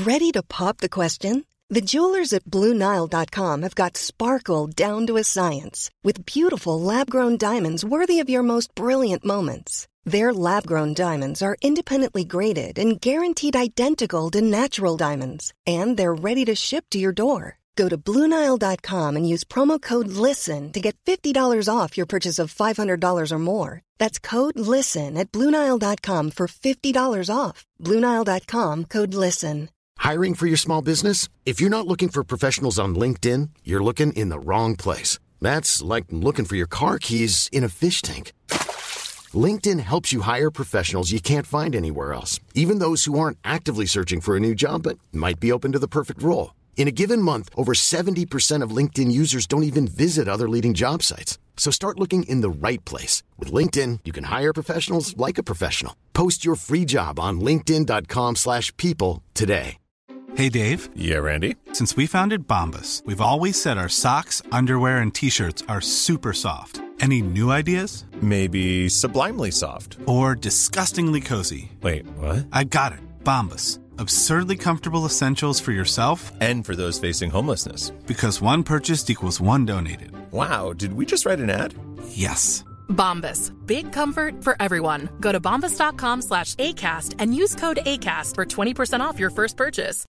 Ready to pop the question? The jewelers at BlueNile.com have got sparkle down to a science with beautiful lab-grown diamonds worthy of your most brilliant moments. Their lab-grown diamonds are independently graded and guaranteed identical to natural diamonds, and they're ready to ship to your door. Go to BlueNile.com and use promo code LISTEN to get $50 off your purchase of $500 or more. That's code LISTEN at BlueNile.com for $50 off. BlueNile.com, code LISTEN. Hiring for your small business? If you're not looking for professionals on LinkedIn, you're looking in the wrong place. That's like looking for your car keys in a fish tank. LinkedIn helps you hire professionals you can't find anywhere else, even those who aren't actively searching for a new job but might be open to the perfect role. In a given month, over 70% of LinkedIn users don't even visit other leading job sites. So start looking in the right place. With LinkedIn, you can hire professionals like a professional. Post your free job on linkedin.com/people today. Hey, Dave. Yeah, Randy. Since we founded Bombas, we've always said our socks, underwear, and T-shirts are super soft. Any new ideas? Maybe sublimely soft. Or disgustingly cozy. Wait, what? I got it. Bombas. Absurdly comfortable essentials for yourself And for those facing homelessness. Because one purchased equals one donated. Wow, did we just write an ad? Yes. Bombas. Big comfort for everyone. Go to bombas.com/ACAST and use code ACAST for 20% off your first purchase.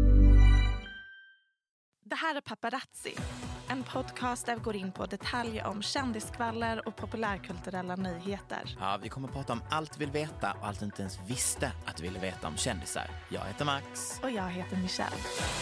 Det här är Paparazzi, en podcast där vi går in på detaljer om kändiskvaller och populärkulturella nyheter. Ja, vi kommer att prata om allt vi vill veta och allt du inte ens visste att du ville veta om kändisar. Jag heter Max. Och jag heter Michelle.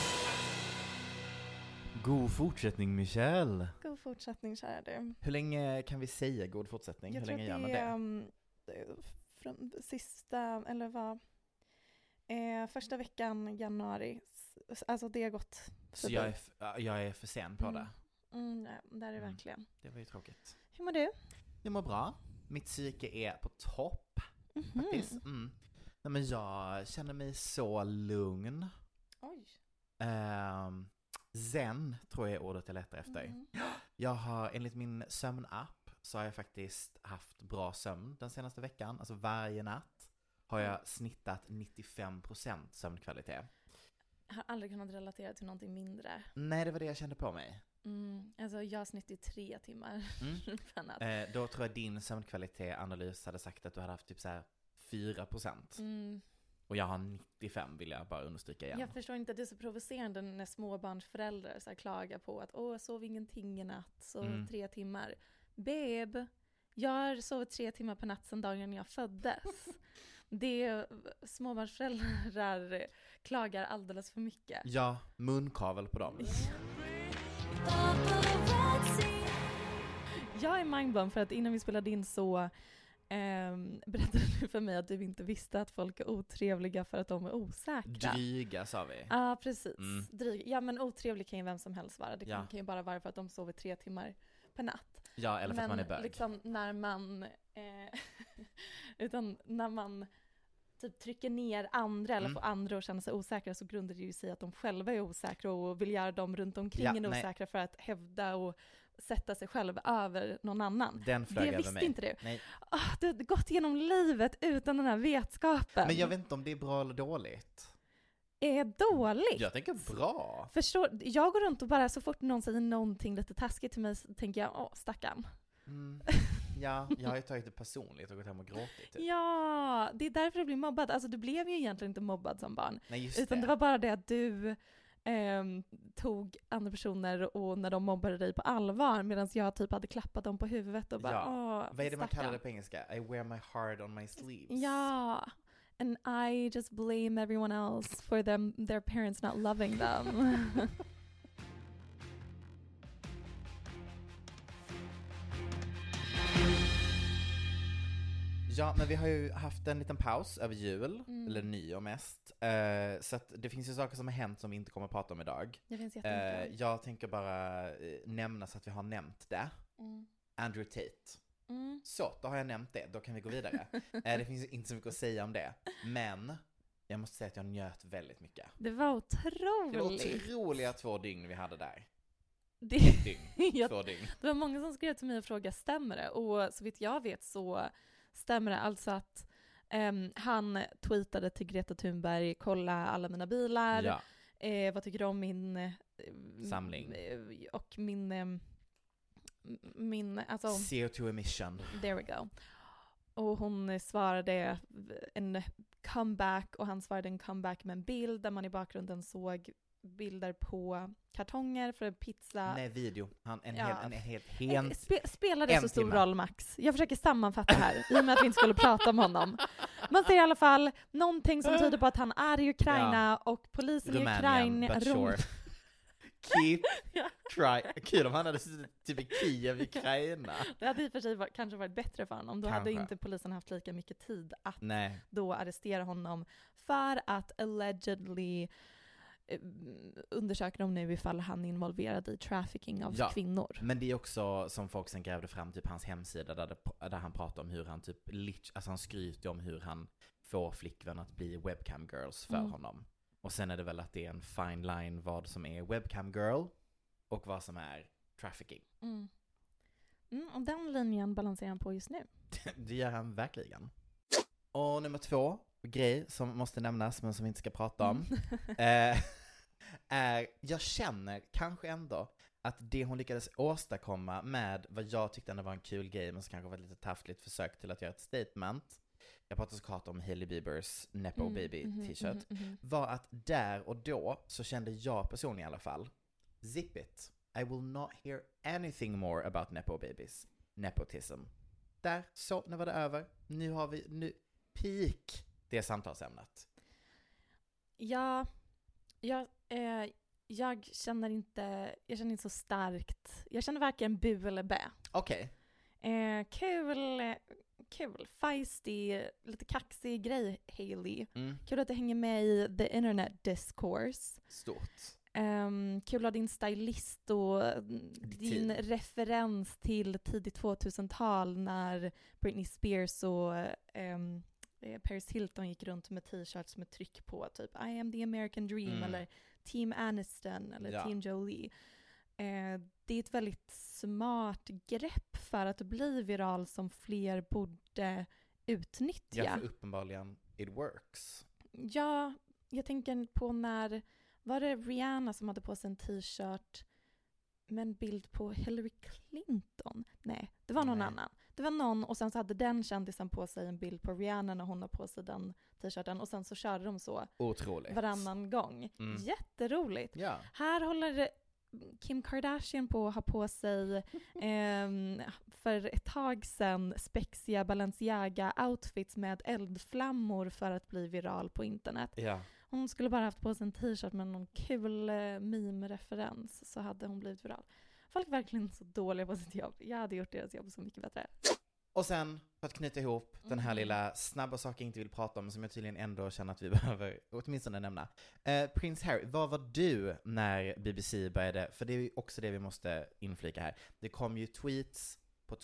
God fortsättning, Michelle. God fortsättning, kära du. Hur länge kan vi säga god fortsättning? Jag Hur tror länge att gör man det från sista, eller vad? Första veckan januari. Alltså det har gått. Så jag är för sen på det. Nej, det är det verkligen. Det var ju tråkigt. Hur mår du? Jag mår bra. Mitt psyke är på topp. Faktiskt. Nej, men jag känner mig så lugn. Oj. Zen tror jag är ordet jag letar efter. Jag har, enligt min sömnapp, så har jag faktiskt haft bra sömn den senaste veckan. Alltså varje natt har jag snittat 95% sömnkvalitet. Jag har aldrig kunnat relatera till någonting mindre. Nej, det var det jag kände på mig. Alltså jag snittar 3 timmar per natt. Då tror jag din sömnkvalitet-analys hade sagt att du hade haft typ så här 4%. Och jag har 95, vill jag bara understryka igen. Jag förstår inte att det är så provocerande när småbarnsföräldrar så här klagar på att jag sov ingenting i natt, så 3 timmar. Babe, jag har sovit 3 timmar per natt sedan dagen jag föddes. Det småbarnsföräldrar klagar alldeles för mycket. Ja, munkavel på dem. Jag är mindblown för att innan vi spelade in så berättade du för mig att du inte visste att folk är otrevliga för att de är osäkra. Dryga, sa vi. Ja, precis. Ja, men otrevlig kan ju vem som helst vara. Det kan ju bara vara för att de sover 3 timmar per natt. Ja, eller för att man är bög. Liksom när man utan när man typ trycker ner andra eller får andra att känna sig osäkra, så grundar det ju sig att de själva är osäkra och vill göra dem runt omkring osäkra för att hävda och sätta sig själv över någon annan. Den flög över mig. Det visste inte du. Nej. Du har gått genom livet utan den här vetskapen. Men jag vet inte om det är bra eller dåligt. Är dåligt? Jag tänker bra. Förstår, jag går runt och bara så fort någon säger någonting lite taskigt till mig så tänker jag, stackarn. Ja, jag har ju tagit det personligt och gått hem och gråtit. Typ. Ja, det är därför du blir mobbad. Alltså du blev ju egentligen inte mobbad som barn. Nej, just utan det var bara det att du tog andra personer och när de mobbade dig på allvar, medan jag typ hade klappat dem på huvudet och bara, vad är det man kallar det på engelska? I wear my heart on my sleeves. Ja, and I just blame everyone else for their parents not loving them. Ja, men vi har ju haft en liten paus över jul, eller nyår mest. Så att det finns ju saker som har hänt som vi inte kommer att prata om idag. Det finns jättemycket. Jag tänker bara nämna så att vi har nämnt det. Andrew Tate. Så, då har jag nämnt det. Då kan vi gå vidare. Det finns inte så mycket att säga om det. Men jag måste säga att jag njöt väldigt mycket. Det var otroligt. Det var otroliga 2 dygn vi hade där. 2 dygn. Det var många som skrev till mig och frågade, stämmer det? Och så vitt jag vet så stämmer det alltså att Han tweetade till Greta Thunberg, kolla alla mina bilar. Ja. Vad tycker du om min Samling. Och min alltså, CO2 emission. there we go. Och hon svarade en comeback, och han svarade en comeback med en bild där man i bakgrunden såg bilder på kartonger för en pizza. Nej, video. Spelar det en så stor timme. roll, Max? Jag försöker sammanfatta här, i och med att vi inte skulle prata om honom. Man ser i alla fall någonting som tyder på att han är i Ukraina, och polisen i Rumänien, Ukraina... but sure. Keep try. Kul om han hade suttit typ i Kiev, Ukraina. Det hade i och för sig kanske varit bättre för honom. Då hade Kanske. inte polisen haft lika mycket tid att Nej. då arrestera honom, för att allegedly undersöker de nu ifall han är involverad i trafficking av kvinnor. Men det är också som folk sen grävde fram typ hans hemsida där han pratar om hur han typ alltså han skryter om hur han får flickvän att bli webcam girls för honom. Och sen är det väl att det är en fine line vad som är webcam girl och vad som är trafficking. Och den linjen balanserar han på just nu. Det gör han verkligen. Och nummer 2, grej som måste nämnas men som vi inte ska prata om, är, jag känner kanske ändå att det hon lyckades åstadkomma med vad jag tyckte ändå var en kul grej, men som kanske var ett lite taffligt försök till att göra ett statement. Jag pratar såklart om Hailey Biebers Nepo Baby t-shirt. Var att där och då så kände jag personligen i alla fall, zip it. I will not hear anything more about Nepo Babies. Nepotism. Där, så, nu var det över. Nu har vi, peak det samtalsämnet. Ja, jag känner inte så starkt. Jag känner varken bu eller bä. Okej. Kul, feisty, lite kaxig grej, Hailey. Kul att du hänger med i the internet discourse. Stort. Kul att din stylist och din referens till tidigt 2000-tal när Britney Spears och Paris Hilton gick runt med t-shirts med tryck på typ I am the American dream eller Team Aniston eller Team Jolie. Det är ett väldigt smart grepp för att bli viral som fler borde utnyttja. Ja, för uppenbarligen it works. Ja, jag tänker på när var det Rihanna som hade på sig en t-shirt med en bild på Hillary Clinton? Nej, det var någon annan. Det var någon, och sen så hade den kändisen på sig en bild på Rihanna när hon har på sig den t-shirten, och sen så körde de så otroligt varannan gång. Jätteroligt. Ja. Här håller Kim Kardashian på att ha på sig för ett tag sedan spexiga Balenciaga-outfits med eldflammor för att bli viral på internet. Ja. Hon skulle bara haft på sig en t-shirt med någon kul meme-referens, så hade hon blivit viral. Folk är verkligen så dåliga på sitt jobb. Jag hade gjort deras jobb så mycket bättre. Och sen, för att knyta ihop den här lilla snabba saker jag inte vill prata om, som jag tydligen ändå känner att vi behöver åtminstone nämna. Prins Harry, vad var du när BBC började? För det är ju också det vi måste inflika här. Det kom ju tweets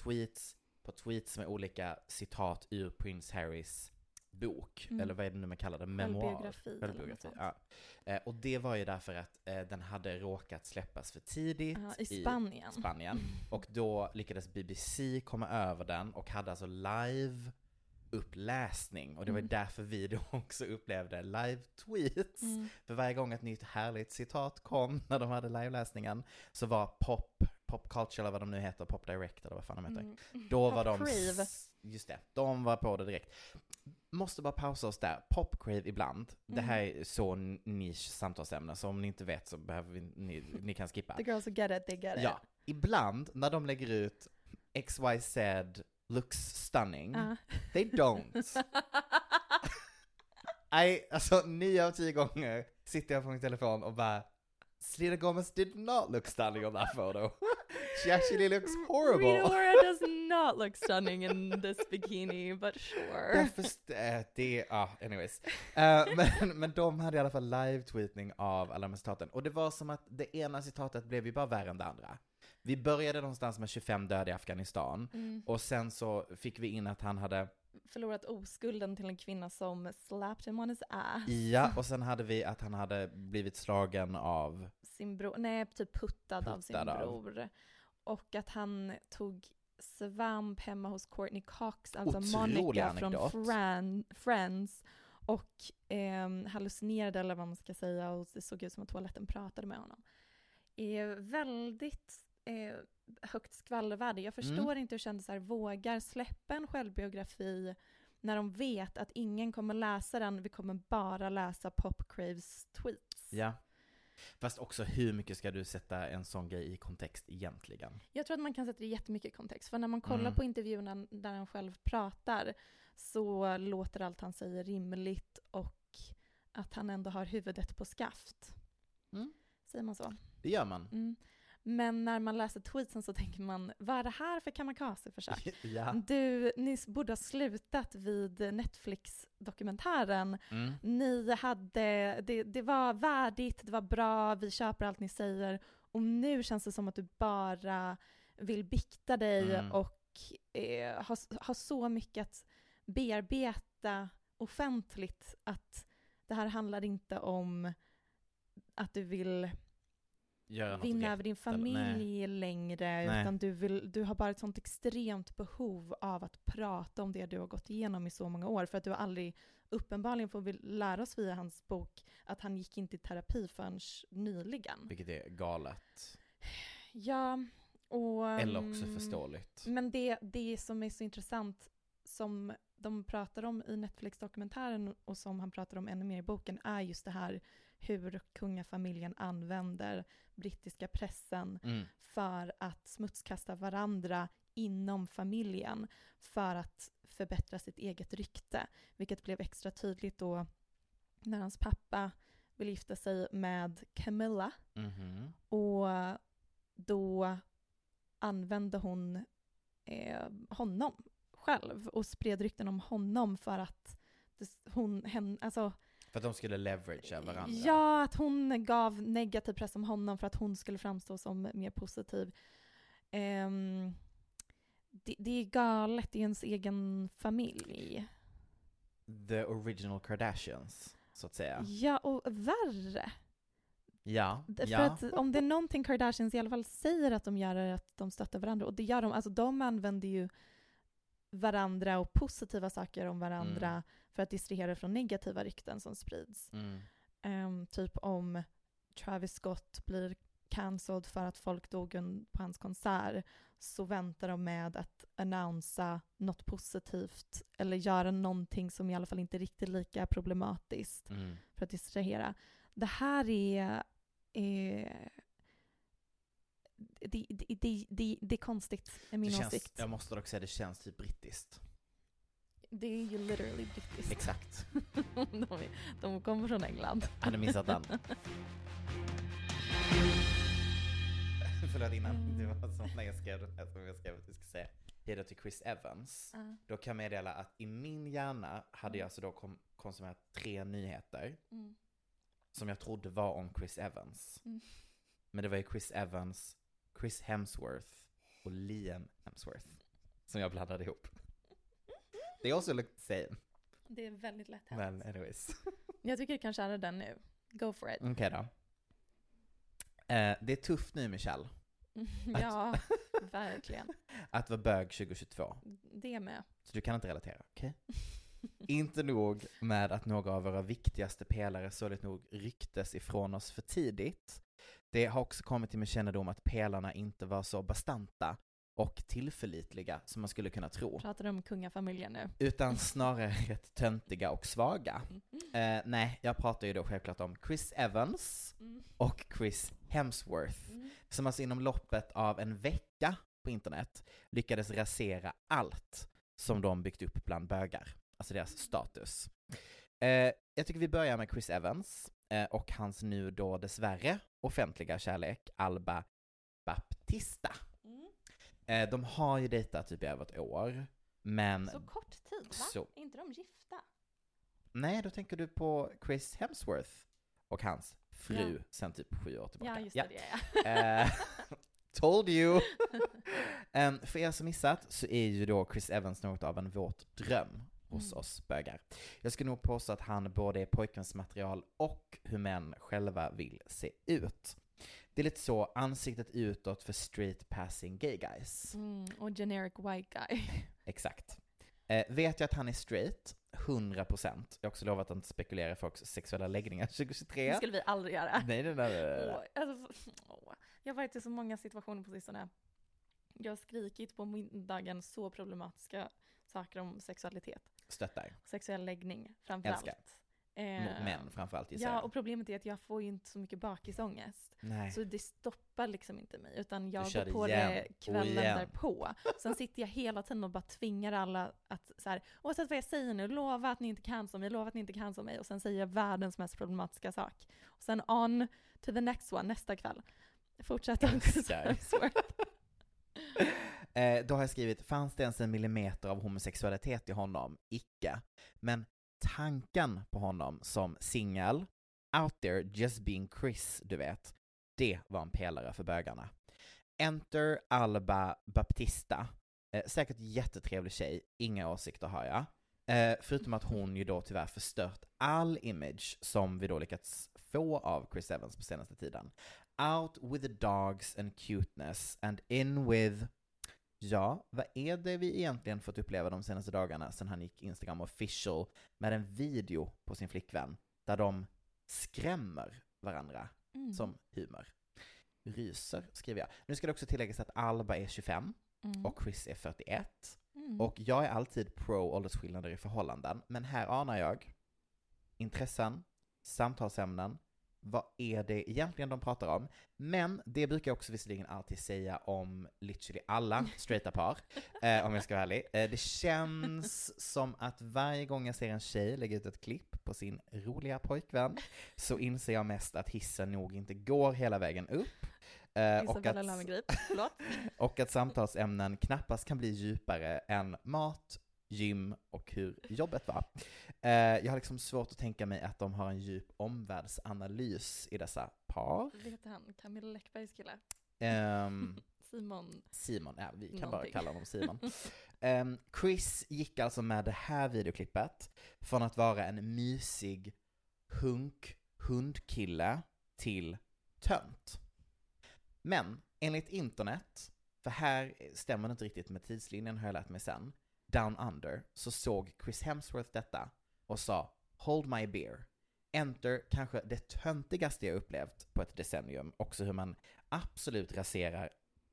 med olika citat ur Prins Harrys bok, eller vad är det nu man kallar det? Memoir. Självbiografi. Ja. Och det var ju därför att den hade råkat släppas för tidigt i Spanien. Och då lyckades BBC komma över den och hade alltså live uppläsning. Och det var därför vi då också upplevde live tweets. För varje gång ett nytt härligt citat kom när de hade liveläsningen, så var Pop Culture, eller vad de nu heter, Pop Direct eller vad fan de heter. Då var de Crave. Just det, de var på det direkt. Måste bara pausa oss där. Pop Crave ibland. Det här är så niche samtalsämne, så om ni inte vet så behöver ni kan skippa. The girls who get it, they get it. Ja, ibland när de lägger ut XYZ looks stunning, they don't. Alltså 9 av 10 gånger sitter jag på min telefon och bara, Selena Gomez did not look stunning on that photo. She actually looks horrible. Rita Ora does not look stunning in this bikini, but sure. Anyways. Men de hade i alla fall live-tweetning av alla de citaten. Och det var som att det ena citatet blev ju bara värre än det andra. Vi började någonstans med 25 döda i Afghanistan. Och sen så fick vi in att han hade förlorat oskulden till en kvinna som slapped him on his ass. Ja, och sen hade vi att han hade blivit slagen av sin bror. Nej, typ puttad av sin bror. Och att han tog svamp hemma hos Courtney Cox, alltså Otrolig Monica anekdot. från Friends, och hallucinerade, eller vad man ska säga, och det såg ut som att toaletten pratade med honom. Väldigt högt skvallervärde. Jag förstår inte hur kändisar vågar släppa en självbiografi när de vet att ingen kommer läsa den. Vi kommer bara läsa Popcraves tweets. Ja. Fast också, hur mycket ska du sätta en sån grej i kontext egentligen? Jag tror att man kan sätta det jättemycket i kontext. För när man kollar på intervjuerna där han själv pratar, så låter allt han säger rimligt, och att han ändå har huvudet på skaft. Säger man så? Det gör man. Men när man läser tweetsen så tänker man, vad är det här för kamikaze-försök? Ja. Ni borde ha slutat vid Netflix-dokumentären. Ni hade, det var värdigt, det var bra, vi köper allt ni säger. Och nu känns det som att du bara vill bikta dig och ha så mycket att bearbeta offentligt, att det här handlar inte om att du vill vinna över din familj längre, utan du har bara ett sånt extremt behov av att prata om det du har gått igenom i så många år, för att du har aldrig, uppenbarligen får vi lära oss via hans bok, att han gick inte i terapi förrän nyligen. Vilket är galet. Ja, och eller också förståeligt. Men det som är så intressant, som de pratar om i Netflix-dokumentären och som han pratar om ännu mer i boken, är just det här hur kungafamiljen använder brittiska pressen för att smutskasta varandra inom familjen för att förbättra sitt eget rykte. Vilket blev extra tydligt då när hans pappa ville gifta sig med Camilla. Och då använde hon honom själv och spred rykten om honom för att för att de skulle leveragea varandra. Ja, att hon gav negativ press om honom för att hon skulle framstå som mer positiv. Det är galet i ens egen familj. The original Kardashians, så att säga. Ja, och värre. Ja. För att om det är någonting Kardashians i alla fall säger att de gör, är att de stöttar varandra. Och det gör de. Alltså de använder ju varandra och positiva saker om varandra för att distrahera från negativa rykten som sprids. Typ om Travis Scott blir cancelled för att folk dog på hans konsert, så väntar de med att annonsa något positivt eller göra någonting som i alla fall inte är riktigt lika problematiskt för att distrahera. Det här är det är konstigt, är min åsikt. Jag måste dock säga, det känns typ brittiskt. Det är ju literally brittiskt. Exakt. de kommer från England. Jag hade missat den. Förlåt, innan det var som när jag skrev att vi ska säga hej då till Chris Evans. Då kan jag meddela att i min hjärna hade jag så då konsumerat 3 nyheter som jag trodde var om Chris Evans. Men det var ju Chris Evans, Chris Hemsworth och Liam Hemsworth som jag blandade ihop. Det är också look same. Det är väldigt lätt hänt. Men anyways. Jag tycker det kanske är den nu. Go for it. Okej då. Det är tufft nu, Michelle. Ja, verkligen. Att vara bög 2022. Det med. Så du kan inte relatera, okej? Inte nog med att några av våra viktigaste pelare sorgligt nog ryktes ifrån oss för tidigt. Det har också kommit till min kännedom att pelarna inte var så bastanta och tillförlitliga som man skulle kunna tro. Pratar du om kungafamiljen nu? Utan snarare rätt töntiga och svaga. Nej, jag pratar ju då självklart om Chris Evans och Chris Hemsworth. Som alltså inom loppet av en vecka på internet lyckades rasera allt som de byggt upp bland bögar. Alltså deras status. Jag tycker vi börjar med Chris Evans och hans nu då dessvärre offentliga kärlek Alba Baptista. De har ju dejtat typ i över ett år. Men så kort tid, va? Är inte de gifta? Nej, då tänker du på Chris Hemsworth och hans fru sen typ 7 år tillbaka. Ja, just det. Told you! För er som missat så är ju då Chris Evans något av en våt dröm hos oss bögar. Jag skulle nog påstå att han både är pojkvänsmaterial och hur män själva vill se ut. Det är lite så ansiktet utåt för straight passing gay guys. Och generic white guy. Exakt. Vet jag att han är straight? 100%. Jag har också lovat att inte spekulera i folks sexuella läggningar 2023. Det skulle vi aldrig göra. Nej. Jag har varit i så många situationer på sistone. Jag har skrikit på middagen så problematiska saker om sexualitet. Stöttar. Sexuell läggning framförallt. Älskar. Mot män framförallt gissar Ja, jag. och problemet är att jag får ju inte så mycket bakisångest. Nej. Så det stoppar liksom inte mig. Utan jag kör går på igen. det kvällen Och igen. därpå. Sen sitter jag hela tiden och bara tvingar alla att så här, oavsett vad jag säger nu, lova att ni inte kan som mig, lova att ni inte kan som mig. Och sen säger jag världens mest problematiska sak. Och sen on to the next one, nästa kväll. Fortsätta. Då har jag skrivit, fanns det ens en millimeter av homosexualitet i honom? Icke. Men tanken på honom som singel, out there just being Chris, du vet, det var en pelare för bögarna. Enter Alba Baptista. Säkert jättetrevlig tjej, inga åsikter har jag. Förutom att hon ju då tyvärr förstört all image som vi då lyckats få av Chris Evans på senaste tiden. Out with the dogs and cuteness and in with... Ja, vad är det vi egentligen fått uppleva de senaste dagarna sedan han gick Instagram official med en video på sin flickvän där de skrämmer varandra som humor. Ryser, skriver jag. Nu ska det också tilläggas att Alba är 25 och Chris är 41. Och jag är alltid pro åldersskillnader i förhållanden, men här anar jag intressen, samtalsämnen. Vad är det egentligen de pratar om? Men det brukar jag också visserligen alltid säga om literally alla straighta par, om jag ska vara ärlig. Det känns som att varje gång jag ser en tjej lägga ut ett klipp på sin roliga pojkvän så inser jag mest att hissen nog inte går hela vägen upp. Och att samtalsämnen knappast kan bli djupare än mat, gym och hur jobbet var. Jag har liksom svårt att tänka mig att de har en djup omvärldsanalys i dessa par. Vad heter han? Camilla Läckbergs kille? Simon, ja, vi kan bara kalla honom Simon. Chris gick alltså med det här videoklippet från att vara en mysig hundkille till tönt. Men enligt internet, för här stämmer det inte riktigt med tidslinjen har jag lärt mig sen, Down Under, så såg Chris Hemsworth detta och sa hold my beer. Enter kanske det töntigaste jag upplevt på ett decennium. Också hur man absolut raserar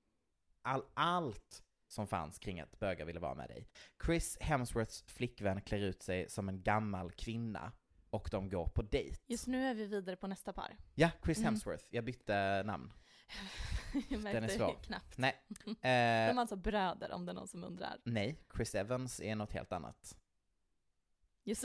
allt som fanns kring att bögar ville vara med dig. Chris Hemsworths flickvän klär ut sig som en gammal kvinna och de går på dejt. Just nu är vi vidare på nästa par. Ja, Chris Hemsworth. Jag bytte namn. Den är svår. Knappt. Nej. De är alltså bröder, om det är någon som undrar. Nej, Chris Evans är något helt annat. Just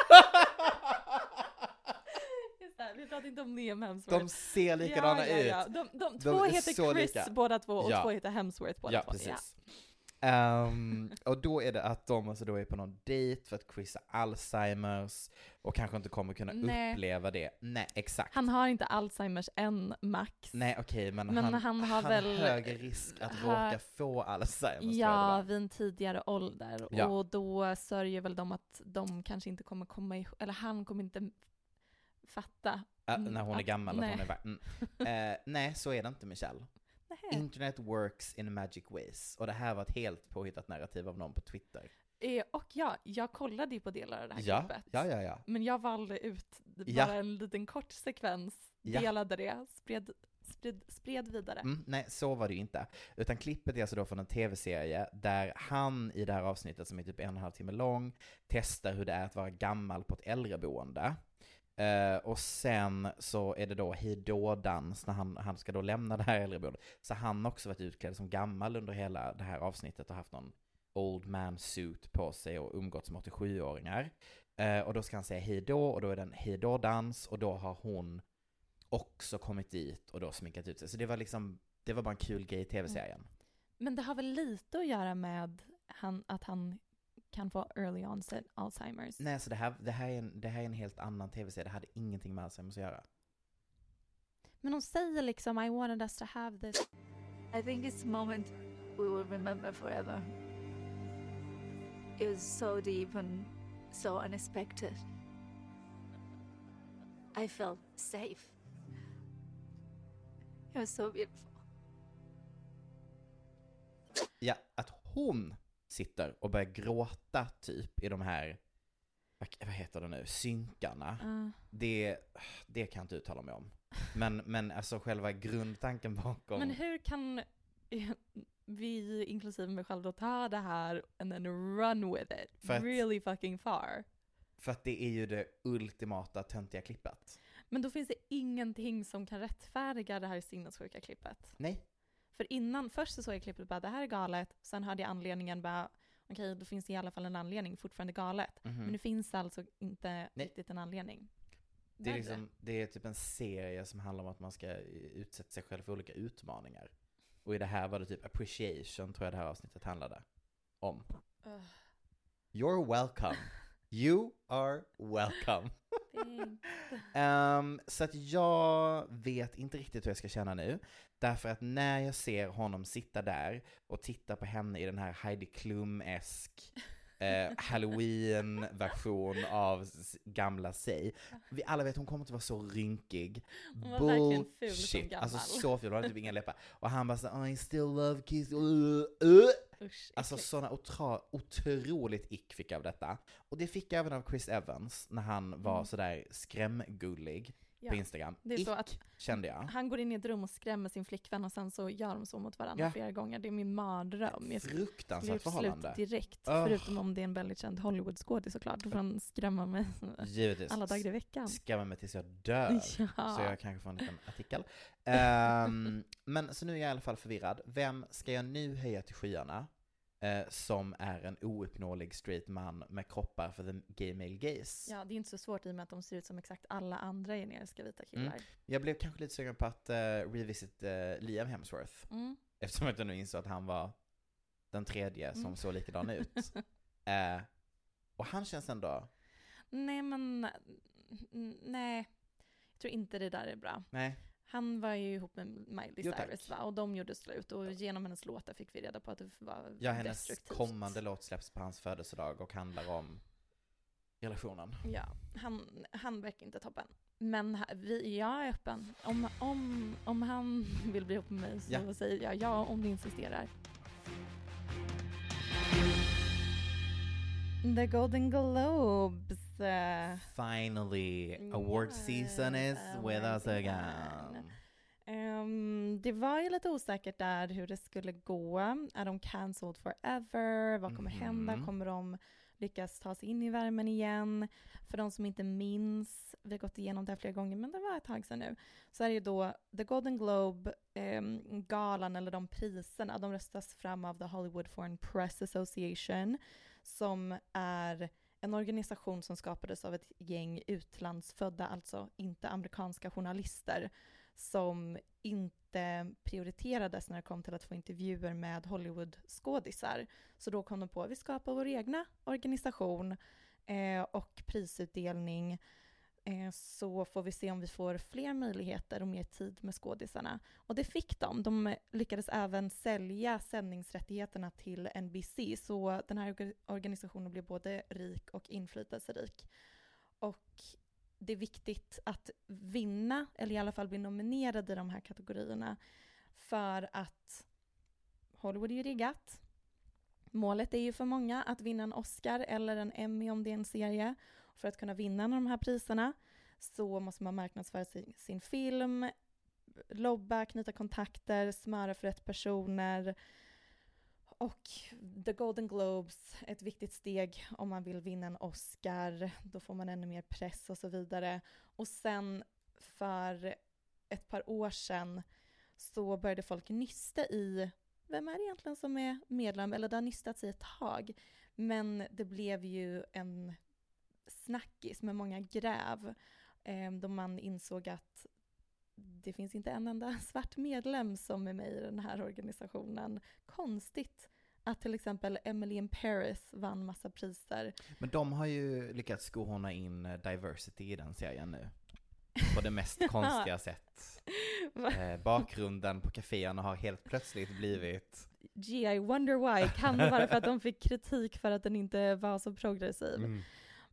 det, vi pratar inte om Liam Hemsworth. De ser likadana ut. Ja. De två heter Chris lika. Båda två och två heter Hemsworth båda två. Precis. Och då är det att de alltså då är på någon dejt för att Chris har Alzheimers och kanske inte kommer kunna uppleva det. Nej, exakt. Han har inte Alzheimers än, Max. Nej, okej, men han har väl högre risk att råka få Alzheimers. Ja, vid en tidigare ålder. Ja. Och då sörjer väl de att de kanske inte kommer komma ihåg, eller han kommer inte fatta. När hon är gammal. Att hon är nej, så är det inte, Michelle. Internet works in magic ways. Och det här var ett helt påhittat narrativ av någon på Twitter. Och jag kollade ju på delar av det här klippet. Ja. Men jag valde ut bara en liten kort sekvens, delade det, spred vidare. Nej, så var det ju inte. Utan klippet är alltså då från en tv-serie där han i det här avsnittet som är typ 1,5 timme lång testar hur det är att vara gammal på ett äldreboende. Och sen så är det då hejdå-dans när han ska då lämna det här äldreboendet. Så han har också varit utklädd som gammal under hela det här avsnittet och haft någon old man suit på sig och umgått som 87-åringar. Och då ska han säga hejdå och då är det en hejdå-dans och då har hon också kommit dit och då sminkat ut sig. Så det var bara en kul grej i tv-serien. Men det har väl lite att göra med att han kan få early onset Alzheimers. Nej, så det här är en helt annan tv-serie. Det hade ingenting med Alzheimers att göra. Men hon säger liksom I wanted us to have this. I think it's a moment we will remember forever. It was so deep and so unexpected. I felt safe. You're so beautiful. Ja, att hon sitter och börjar gråta typ i de här, vad heter det nu, synkarna. Det kan jag inte uttala mig om. Men alltså själva grundtanken bakom. Men hur kan vi, inklusive mig själv, då ta det här and then run with it really fucking far? För att det är ju det ultimata töntiga klippet. Men då finns det ingenting som kan rättfärdiga det här sinnessjuka klippet. Nej. För först så såg jag klippet bara, det här är galet. Sen hörde jag anledningen bara, okej, då finns det i alla fall en anledning, fortfarande galet. Men det finns alltså inte riktigt en anledning. Det är typ en serie som handlar om att man ska utsätta sig själv för olika utmaningar. Och i det här var det typ appreciation, tror jag det här avsnittet handlade om. You're welcome. You are welcome. Så att jag vet inte riktigt hur jag ska känna nu. Därför att när jag ser honom sitta där och titta på henne i den här Heidi Klum-esk Halloween-version av gamla sig. Vi alla vet hon kommer inte vara så rynkig. Hon var verkligen ful som gammal. Alltså så ful, hon hade typ inga läppar. Och han bara så, I still love kiss. Usch, alltså sådana otroligt ick fick jag av detta. Och det fick jag även av Chris Evans när han var sådär skrämgullig på Instagram. Det är så att kände jag. Han går in i ett rum och skrämmer sin flickvän och sen så gör de så mot varandra flera gånger. Det är min mardröm. Fruktansvärt förhållande. Direkt, förutom om det är en väldigt känd Hollywood-skådis såklart. Då får han skrämma mig alla dagar i veckan. Skrämma mig tills jag dör. Så jag kanske får en liten artikel. Men så nu är jag i alla fall förvirrad. Vem ska jag nu höja till skyarna? Som är en ouppnåelig straight man med kroppar för the gay male gaze. Ja, det är inte så svårt i och med att de ser ut som exakt alla andra generiska vita killar. Jag blev kanske lite sugen på att revisit Liam Hemsworth. Eftersom jag nu insåg att han var den tredje som såg likadan ut. Och han känns ändå... Nej. Jag tror inte det där är bra. Nej. Han var ju ihop med Miley Cyrus, va? Och de gjorde slut. Och genom hennes låtar fick vi reda på att det var hennes destruktivt. kommande låt släpps på hans födelsedag och handlar om relationen. Ja, han verkar inte toppen. Men jag är öppen. Om han vill bli ihop med mig så säger jag ja om du insisterar. The Golden Globes. Finally, award season is with us again. Det var ju lite osäkert där hur det skulle gå. Är de cancelled forever? Vad kommer hända? Kommer de lyckas ta sig in i värmen igen? För de som inte minns, vi har gått igenom det här flera gånger, men det var ett tag sedan nu. Så är det ju då The Golden Globe galan, eller de priserna, de röstas fram av The Hollywood Foreign Press Association, som är en organisation som skapades av ett gäng utlandsfödda, alltså inte amerikanska journalister, som inte prioriterades när det kom till att få intervjuer med Hollywood-skådisar. Så då kom de på att vi skapar vår egna organisation och prisutdelning, så får vi se om vi får fler möjligheter och mer tid med skådisarna. Och det fick de. De lyckades även sälja sändningsrättigheterna till NBC, så den här organisationen blev både rik och inflytelserik. Och det är viktigt att vinna, eller i alla fall bli nominerad i de här kategorierna, för att Hollywood är ju riggat. Målet är ju för många att vinna en Oscar eller en Emmy om det är en serie. För att kunna vinna de här priserna så måste man marknadsföra sin film, lobba, knyta kontakter, smöra för rätt personer. Och The Golden Globes, ett viktigt steg om man vill vinna en Oscar. Då får man ännu mer press och så vidare. Och sen för ett par år sedan så började folk nysta i vem är det egentligen som är medlem, eller det har nystats i ett tag. Men det blev ju en snackis med många gräv då man insåg att det finns inte en enda svart medlem som är med i den här organisationen. Konstigt att till exempel Emily in Paris vann massa priser. Men de har ju lyckats skohorna in diversity i den serien nu. På det mest konstiga sätt. Bakgrunden på kaféerna har helt plötsligt blivit... Gee, I wonder why. Kan det vara för att de fick kritik för att den inte var så progressiv?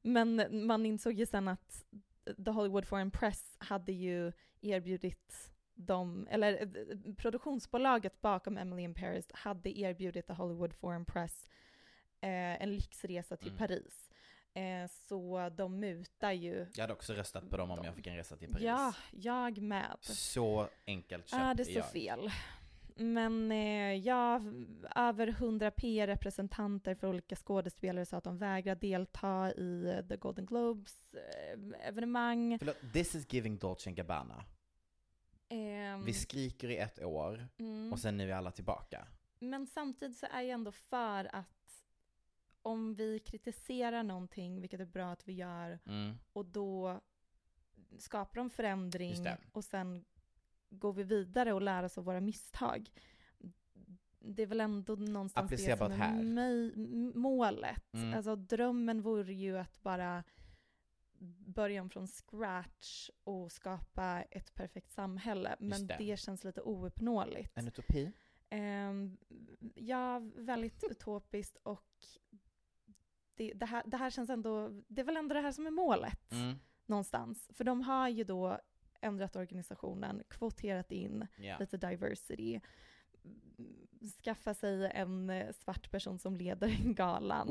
Men man insåg ju sen att The Hollywood Foreign Press hade ju erbjudit produktionsbolaget bakom Emily in Paris hade erbjudit The Hollywood Foreign Press en lyxresa till Paris. Så de mutar ju. Jag hade också röstat på dem om jag fick en resa till Paris. Ja, jag med. Så enkelt köpt det är så fel. Men över 100 PR-representanter för olika skådespelare sa att de vägrar delta i The Golden Globes evenemang. Förlåt, this is giving Dolce & Gabbana. Vi skriker i 1 år och sen är vi alla tillbaka. Men samtidigt så är jag ändå för att om vi kritiserar någonting, vilket är bra att vi gör, och då skapar de förändring och sen går vi vidare och lär oss av våra misstag. Det är väl ändå någonstans det som är målet. Alltså drömmen vore ju att bara börja om från scratch och skapa ett perfekt samhälle. Men det känns lite ouppnåeligt. En utopi? Ja, väldigt utopiskt, och det här känns ändå, det är väl ändå det här som är målet någonstans. För de har ju då ändrat organisationen, kvoterat in lite diversity, skaffa sig en svart person som leder galan.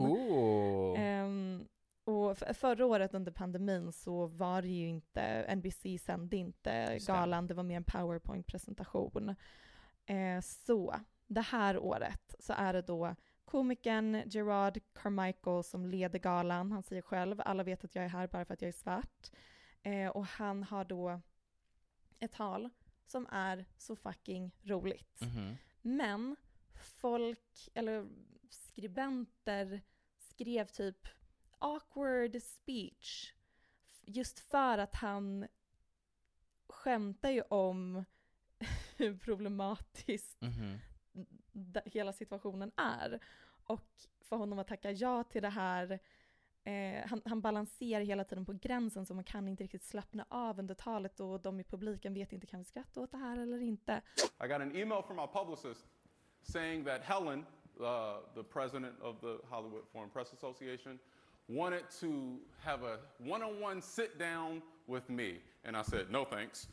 Och förra året under pandemin så var det ju inte, NBC sände inte galan, det var mer en PowerPoint-presentation. Så det här året så är det då komikern Gerard Carmichael som leder galan. Han säger själv, alla vet att jag är här bara för att jag är svart. Och han har då ett tal som är så fucking roligt. Men folk, eller skribenter, skrev typ awkward speech just för att han skämtar ju om hur problematiskt hela situationen är. Och för honom att tacka ja till det här, han balanserar hela tiden på gränsen, så man kan inte riktigt slappna av under talet, och de i publiken vet inte, kan vi skratta åt det här eller inte. I got an email from my publicist saying that Helen, the president of the Hollywood Foreign Press Association, wanted to have a one-on-one sit down with me. And I said, no thanks.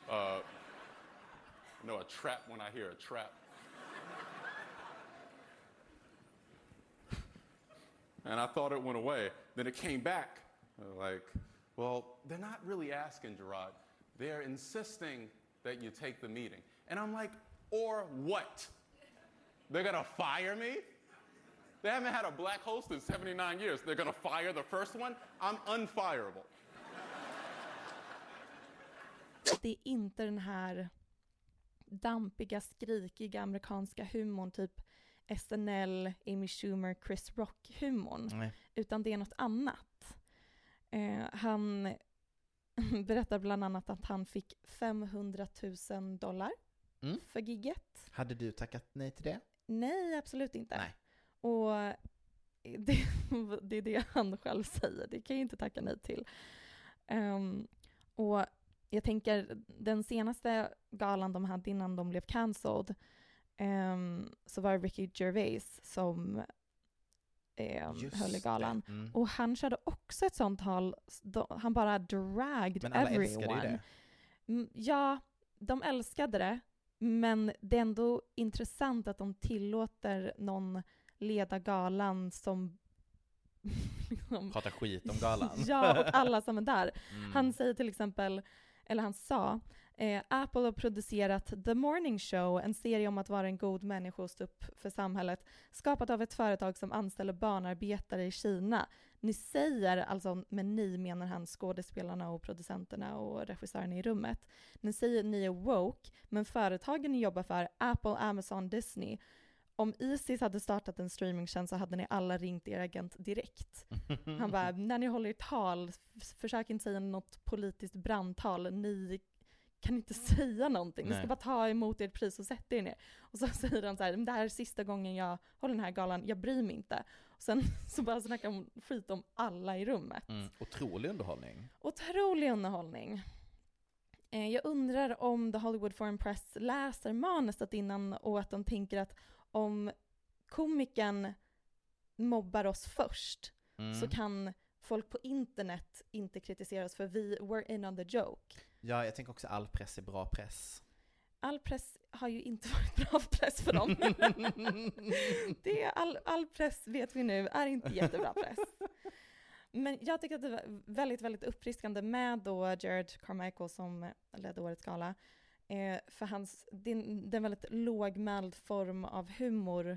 No, a trap when I hear a trap. And I thought it went away. Then it came back. Like, well, they're not really asking, Gerard. They're insisting that you take the meeting. And I'm like, or what? They're gonna fire me? They haven't had a black host in 79 years. They're gonna fire the first one? I'm unfireable. Det är inte den här dampiga, skrikiga amerikanska humorn, typ SNL, Amy Schumer, Chris Rock-humorn. Utan det är något annat. Han berättar bland annat att han fick $500,000 för gigget. Hade du tackat nej till det? Nej, absolut inte. Nej. Och det är det han själv säger. Det kan jag inte tacka nej till. Och jag tänker, den senaste galan de hade innan de blev cancelled, så var det Ricky Gervais som höll i galan. Och han körde också ett sånt tal. Han bara dragged men alla everyone. Älskade det. Ja, de älskade det. Men det är ändå intressant att de tillåter någon leda galan som liksom pratar skit om galan. Ja, och alla som är där. Han säger till exempel, eller han sa, Apple har producerat The Morning Show, en serie om att vara en god människa och stå upp för samhället, skapat av ett företag som anställer barnarbetare i Kina. Ni säger, alltså med ni menar han skådespelarna och producenterna och regissörerna i rummet. Ni säger ni är woke, men företagen ni jobbar för, Apple, Amazon, Disney. Om Isis hade startat en streamingtjänst så hade ni alla ringt er agent direkt. Han bara, när ni håller ett tal, försök inte säga något politiskt brandtal. Ni kan inte säga någonting. Ni ska bara ta emot ert pris och sätta er ner. Och så säger han så här, det här är sista gången jag håller den här galan, jag bryr mig inte. Och sen så bara snackar de skit om alla i rummet. Otrolig underhållning. Otrolig underhållning. Jag undrar om The Hollywood Foreign Press läser manuset innan, och att de tänker att om komikern mobbar oss först så kan folk på internet inte kritisera oss, för we're in on the joke. Ja, jag tänker också all press är bra press. all press har ju inte varit bra press för dem. All press, vet vi nu, är inte jättebra press. Men jag tycker att det var väldigt, väldigt uppfriskande med då Jerrod Carmichael som ledde årets gala. För det är en väldigt lågmäld form av humor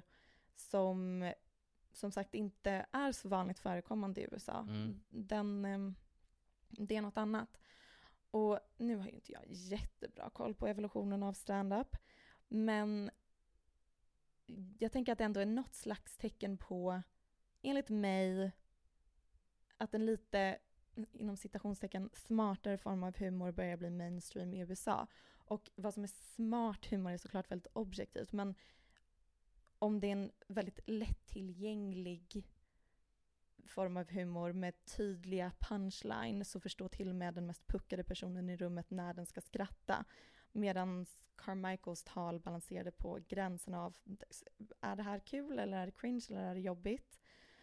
som sagt inte är så vanligt förekommande i USA. Det är något annat. Och nu har ju inte jag jättebra koll på evolutionen av stand-up, men jag tänker att det ändå är något slags tecken på, enligt mig, att en lite, inom citationstecken, smartare form av humor börjar bli mainstream i USA. Och vad som är smart humor är såklart väldigt objektivt, men om det är en väldigt lättillgänglig form av humor med tydliga punchline, så förstår till och med den mest puckade personen i rummet när den ska skratta. Medan Carmichaels tal balanserade på gränsen av, är det här kul eller är det cringe eller är det jobbigt?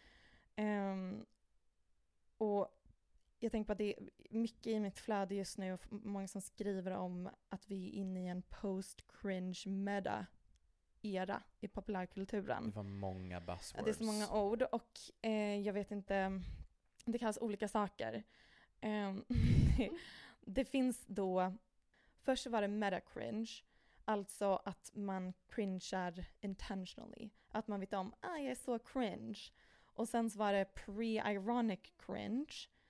Och jag tänker på att det är mycket i mitt flöde just nu och många som skriver om att vi är inne i en post-cringe meta era i populärkulturen. Det var många buzzwords. Det är så många ord och jag vet inte, det kallas olika saker. Det finns då, först var det meta-cringe, alltså att man cringear intentionally. Att man vet om, jag är så cringe. Och sen så var det pre-ironic cringe.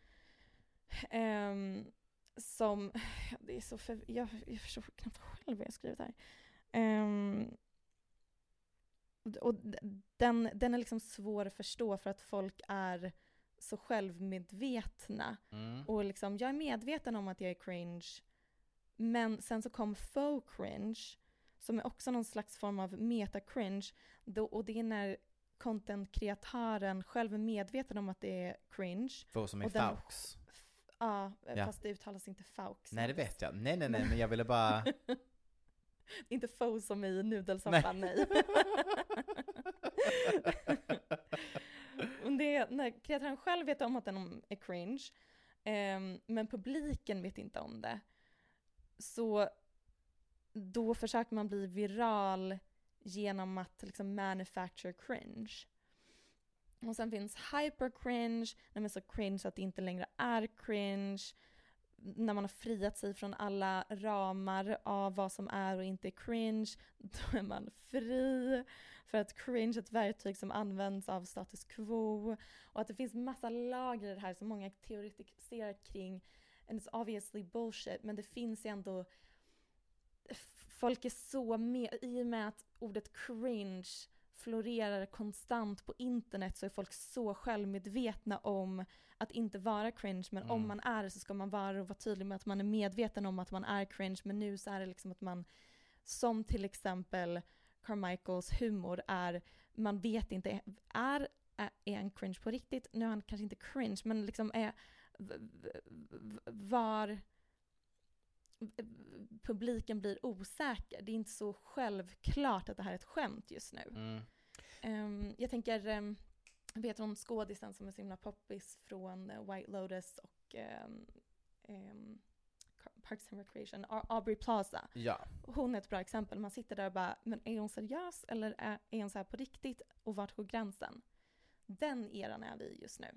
Som, det är så jag förstår knappt själv vad jag skrivit här. Och den är liksom svår att förstå för att folk är så självmedvetna. Och liksom, jag är medveten om att jag är cringe, men sen så kom faux cringe som är också någon slags form av meta-cringe, och det är när content-kreatören själv är medveten om att det är cringe. Faux som är faux. Ja, fast det uttalas inte faux. Nej, det vet jag. Nej, men jag ville bara... Inte faux som i nudelsoppan, nej. Det är när kreatören själv vet om att den är cringe, men publiken vet inte om det. Så då försöker man bli viral genom att liksom manufacture cringe. Och sen finns hyper cringe, när man är så cringe att det inte längre är cringe. När man har friat sig från alla ramar av vad som är och inte är cringe, då är man fri. För att cringe är ett verktyg som används av status quo. Och att det finns massa lager i det här som många teoretiserar kring. And it's obviously bullshit, men det finns ändå... Folk är så med, i och med att ordet cringe florerar konstant på internet, så är folk så självmedvetna om att inte vara cringe, men om man är det så ska man vara tydlig med att man är medveten om att man är cringe. Men nu så är det liksom att man, som till exempel Carmichaels humor är, man vet inte, är en cringe på riktigt? Nu är han kanske inte cringe, men liksom är var publiken blir osäker. Det är inte så självklart att det här är ett skämt just nu. Jag tänker, vet hon skådisen som är så himla poppis från White Lotus och Parks and Recreation, Aubrey Plaza. Ja. Hon är ett bra exempel. Man sitter där och bara, men är hon seriös eller är hon så här på riktigt? Och vart går gränsen? Den eran är vi just nu.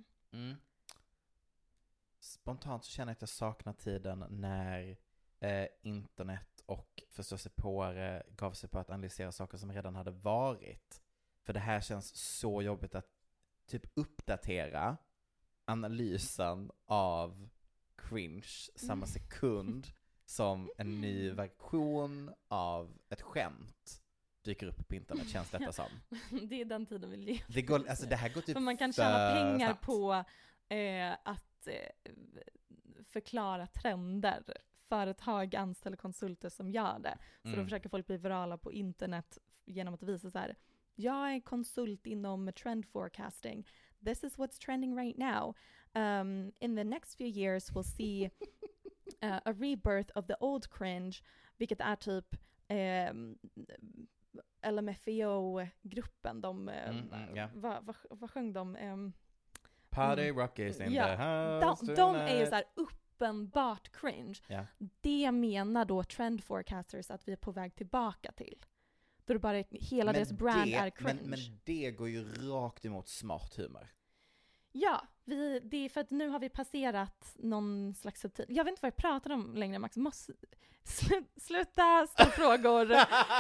Spontant så känner jag att jag saknar tiden när internet och förståsigpåare gav sig på att analysera saker som redan hade varit. För det här känns så jobbigt att typ uppdatera analysen av cringe samma sekund som en ny version av ett skämt dyker upp på internet, känns detta som. Det är den tiden vi lever. Det här går typ för man kan tjäna pengar på att förklara trender. Företag anställer konsulter som gör det. Så då försöker folk bli virala på internet genom att visa så här: jag är konsult inom trend forecasting. This is what's trending right now. In the next few years we'll see a rebirth of the old cringe, vilket är typ LMFAO-gruppen. Vad sjöng de? Party rock is in the house de är ju så här uppenbart cringe. Ja. Det menar då trend forecasters att vi är på väg tillbaka till. Då det bara hela deras brand är cringe. Men det går ju rakt emot smart humor. Ja, det är för att nu har vi passerat någon slags subtil... Jag vet inte vad jag pratar om längre, Max. Sluta ställa frågor.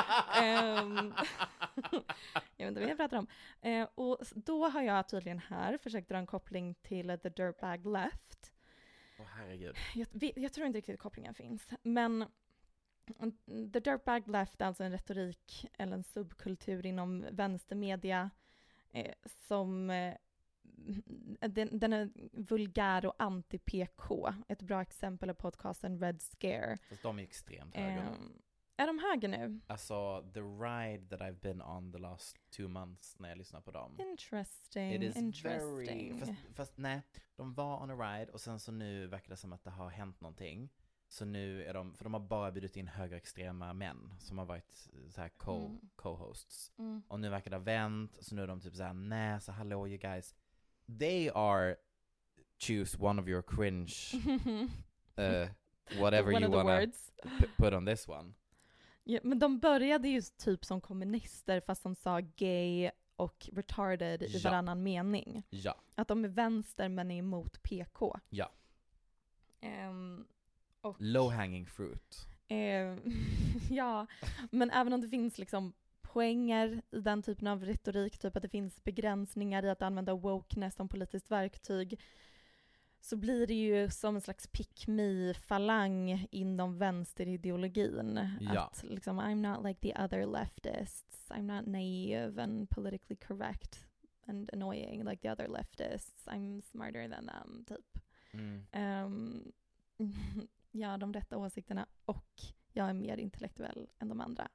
Jag vet inte vad jag pratar om. Och då har jag tydligen här försökt dra en koppling till The Dirtbag Left. Herregud. Jag tror inte riktigt kopplingen finns. Men The Dirtbag Left är alltså en retorik eller en subkultur inom vänstermedia som... Den är vulgär och anti-PK. Ett bra exempel är podcasten Red Scare. Fast de är extremt höga. Är de höga nu? Alltså, the ride that I've been on the last 2 months när jag lyssnar på dem. Interesting. It is interesting. Fast nej, de var on a ride och sen så nu verkar det som att det har hänt någonting. Så nu är för de har bara bjudit in högerextrema män som har varit så här co-hosts. Och nu verkar det ha vänt, så nu är de typ så här, nej, så hallå you guys. They are choose one of your cringe whatever you wanna put on this one. Ja, men de började ju typ som kommunister fast de sa gay och retarded i varannan mening. Ja. Att de är vänster men är emot PK. Ja. Och, low hanging fruit. Ja, men även om det finns liksom poänger i den typen av retorik, typ att det finns begränsningar i att använda wokeness som politiskt verktyg, så blir det ju som en slags pick-me-falang inom vänsterideologin. Ja. Att liksom, I'm not like the other leftists. I'm not naive and politically correct and annoying like the other leftists. I'm smarter than them, typ. Jag har de rätta åsikterna och jag är mer intellektuell än de andra.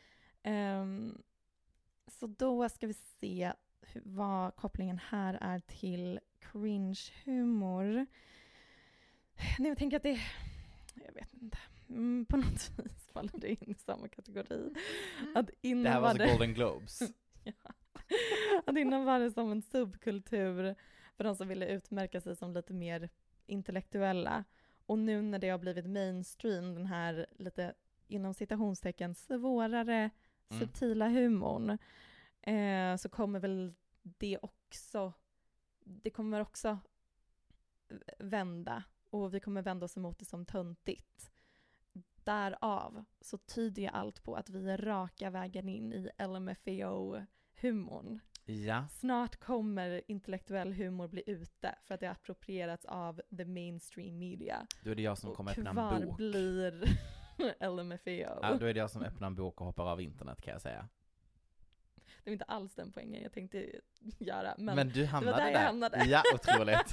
Så då ska vi se vad kopplingen här är till cringe-humor. Nej, jag tänker att det... Jag vet inte. På något vis faller det in i samma kategori. Att innan det här var så Golden Globes. Ja. Att innan var det som en subkultur för de som ville utmärka sig som lite mer intellektuella. Och nu när det har blivit mainstream, den här lite inom citationstecken svårare subtila humorn, så kommer väl det kommer också vända, och vi kommer vända oss emot det som töntigt. Därav så tyder ju allt på att vi är raka vägen in i LMFAO-humorn. Ja. Snart kommer intellektuell humor bli ute för att det har approprierats av the mainstream media. Då är det jag som kommer öppna en bok. Kvar blir LMFAO. Ja, då är det jag som öppnar en bok och hoppar av internet, kan jag säga. Det var inte alls den poängen jag tänkte göra. Men du hamnade det var där. Jag hamnade. Ja, otroligt.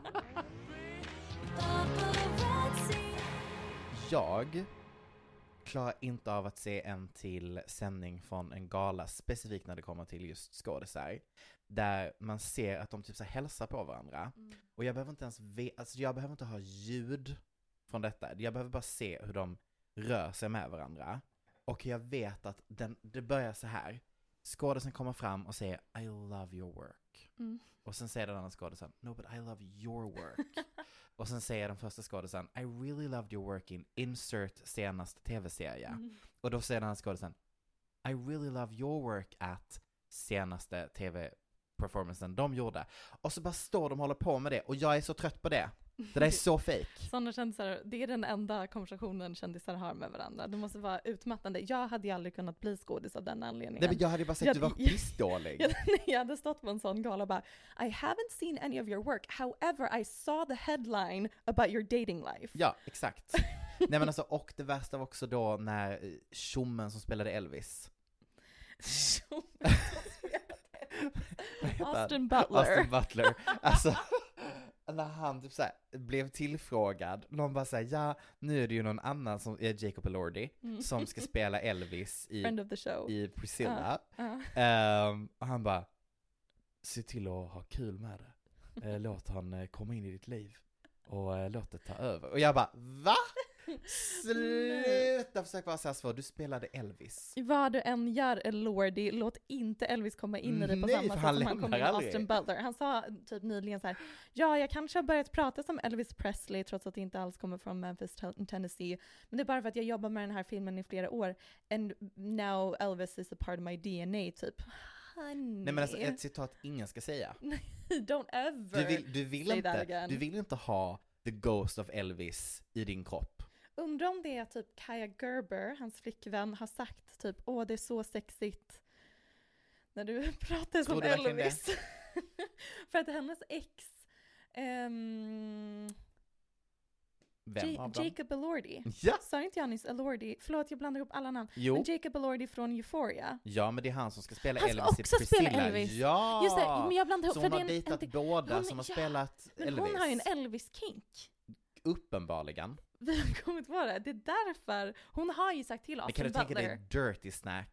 Jag klarar inte av att se en till sändning från en gala, specifikt när det kommer till just skådisar, där man ser att de typ så hälsar på varandra. Och jag behöver inte ens jag behöver inte ha ljud från detta. Jag behöver bara se hur de rör sig med varandra. Och jag vet att det börjar så här. Skådisen kommer fram och säger I love your work. Och sen säger den andra skådisen no, but I love your work. Och sen säger den första skådisen I really loved your work in insert senaste tv-serie. Och då säger den andra skådisen I really love your work at senaste tv-performancen de gjorde. Och så bara står de och håller på med det. Och jag är så trött på det. Det där är så fake. Sådana kändisar, det är den enda konversationen kändisar har med varandra. Det måste vara utmattande. Jag hade ju aldrig kunnat bli skådis av den anledningen. Nej, men jag hade bara sagt att du var pissdålig. Jag hade stått på en sån gala och bara I haven't seen any of your work. However, I saw the headline about your dating life. Ja, exakt. Nej, men alltså, och det värsta var också då när tjommen som spelade Elvis. Austin Butler. Austin Butler. Alltså, när han typ såhär blev tillfrågad, någon bara säger ja, nu är det ju någon annan som är Jacob Elordi som ska spela Elvis i Priscilla. Och han bara se till att ha kul med det. Låt han komma in i ditt liv och låt det ta över. Och jag bara, va? Sluta försöka vara så här svår. Du spelade Elvis. Vad du än gör, Elordi, låt inte Elvis komma in i det på samma sätt som han kom in i Austin Butler. Han sa typ nyligen så här: ja, jag kanske har börjat prata som Elvis Presley trots att det inte alls kommer från Memphis, Tennessee. Men det är bara för att jag jobbar med den här filmen i flera år. And now Elvis is a part of my DNA, typ. Honey. Nej, men alltså ett citat ingen ska säga. Don't ever du vill inte ha the ghost of Elvis i din kropp. Undrar om det är typ Kaja Gerber, hans flickvän, har sagt typ, åh det är så sexigt när du pratar som Elvis. För att hennes ex Jacob Elordi. Ja. Sa inte jag nyss Elordi? Förlåt, jag blandar ihop alla namn. Jo. Men Jacob Elordi från Euphoria. Ja, men det är han som ska spela han Elvis i också Priscilla. Spela Elvis. Ja. Just det, men jag blandar ihop. Så hon har dejtat båda som har spelat men Elvis. Hon har ju en Elvis-kink. Uppenbarligen. Vi har kommit på det. Det är därför. Hon har ju sagt till oss. Men kan du tänka dig dirty snack?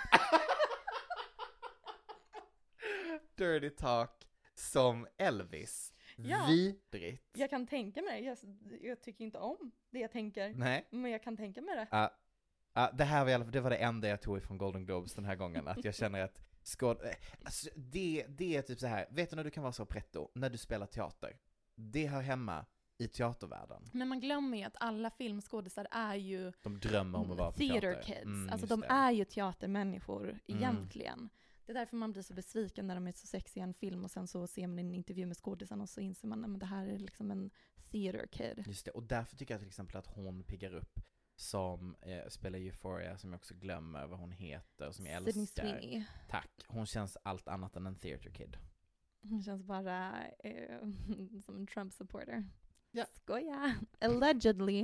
Dirty talk som Elvis. Ja. Vidrigt. Jag kan tänka mig det. Jag tycker inte om det jag tänker. Nej. Men jag kan tänka mig det. Det här det var det enda jag tog ifrån Golden Globes den här gången. Att jag känner att alltså, det är typ så här. Vet du när du kan vara så pretto? När du spelar teater. Det hör hemma i teatervärlden. Men man glömmer ju att alla filmskådisar är ju de drömmer om att vara på theater kids. Alltså de är ju teatermänniskor egentligen. Det är därför man blir så besviken när de är så sexiga i en film och sen så ser man en intervju med skådisarna och så inser man att det här är liksom en theater kid. Just det, och därför tycker jag till exempel att hon piggar upp som spelar Euphoria, som jag också glömmer vad hon heter, som jag Sydney älskar. Sweeney. Tack, hon känns allt annat än en theater kid. Hon känns bara som en Trump-supporter. Ja. Skoja. Allegedly.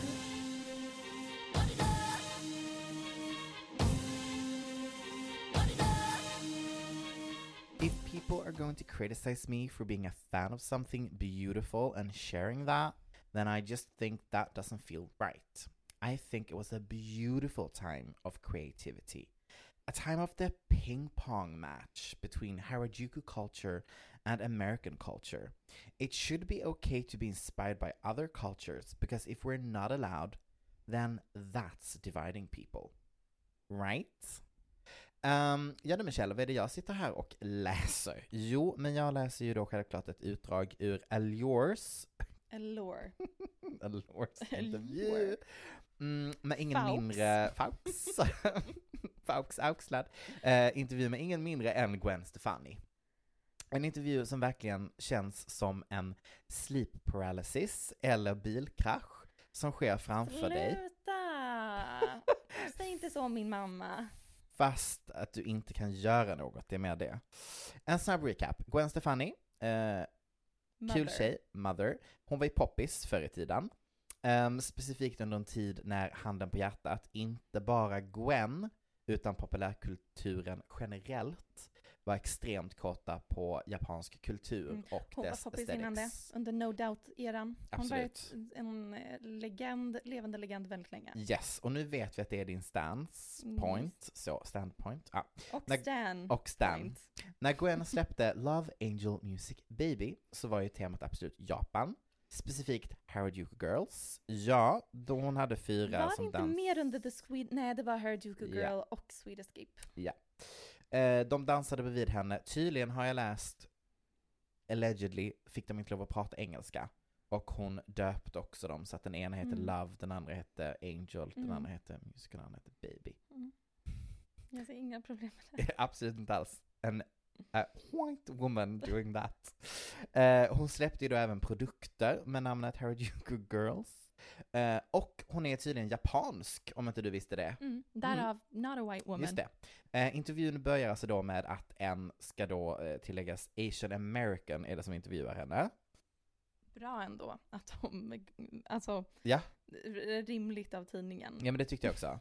If people are going to criticize me for being a fan of something beautiful and sharing that, then I just think that doesn't feel right. I think it was a beautiful time of creativity. A time of the ping-pong match between Harajuku culture and American culture. It should be okay to be inspired by other cultures, because if we're not allowed, then that's dividing people. Right? Ja, Michelle, vad är det jag sitter här och läser? Jo, men jag läser ju då självklart ett utdrag ur Allures intervju med ingen mindre Fawkes Auxlad, intervju med ingen mindre än Gwen Stefani. En intervju som verkligen känns som en sleep paralysis eller bilkrasch som sker framför dig. Sluta! Säg inte så om min mamma. Fast att du inte kan göra något, det är med det. En snabb recap. Gwen Stefani, kul tjej, mother. Hon var i poppis förr i tiden. Specifikt under en tid när, handen på hjärtat, inte bara Gwen utan populärkulturen generellt var extremt korta på japansk kultur och hon dess var poppis innan det, under No Doubt-eran. Hon var en levande legend väldigt länge. Yes, och nu vet vi att det är din standpoint. Så, standpoint. Ja. Och Stan. När Gwen släppte Love Angel Music Baby så var ju temat absolut Japan. Specifikt Harajuku Girls. Ja, då hon hade 4 var som inte mer under The Swede... Nej, det var Harajuku Girl och Sweet Escape. Ja. De dansade bredvid henne. Tydligen har jag läst, allegedly fick de inte lov att prata engelska. Och hon döpte också dem så att den ena heter Love, den andra heter Angel, den andra heter Music och den andra heter Baby. Jag ser inga problem med det. Absolut inte alls. En white woman doing that. Hon släppte ju då även produkter med namnet Harajuku Girls. Och hon är tydligen japansk, om inte du visste det. Därav not a white woman. Just det. Intervjun börjar alltså då med att en ska då tilläggas Asian American är det som intervjuar henne. Bra ändå att de, alltså ja. Rimligt av tidningen. Ja, men det tyckte jag också.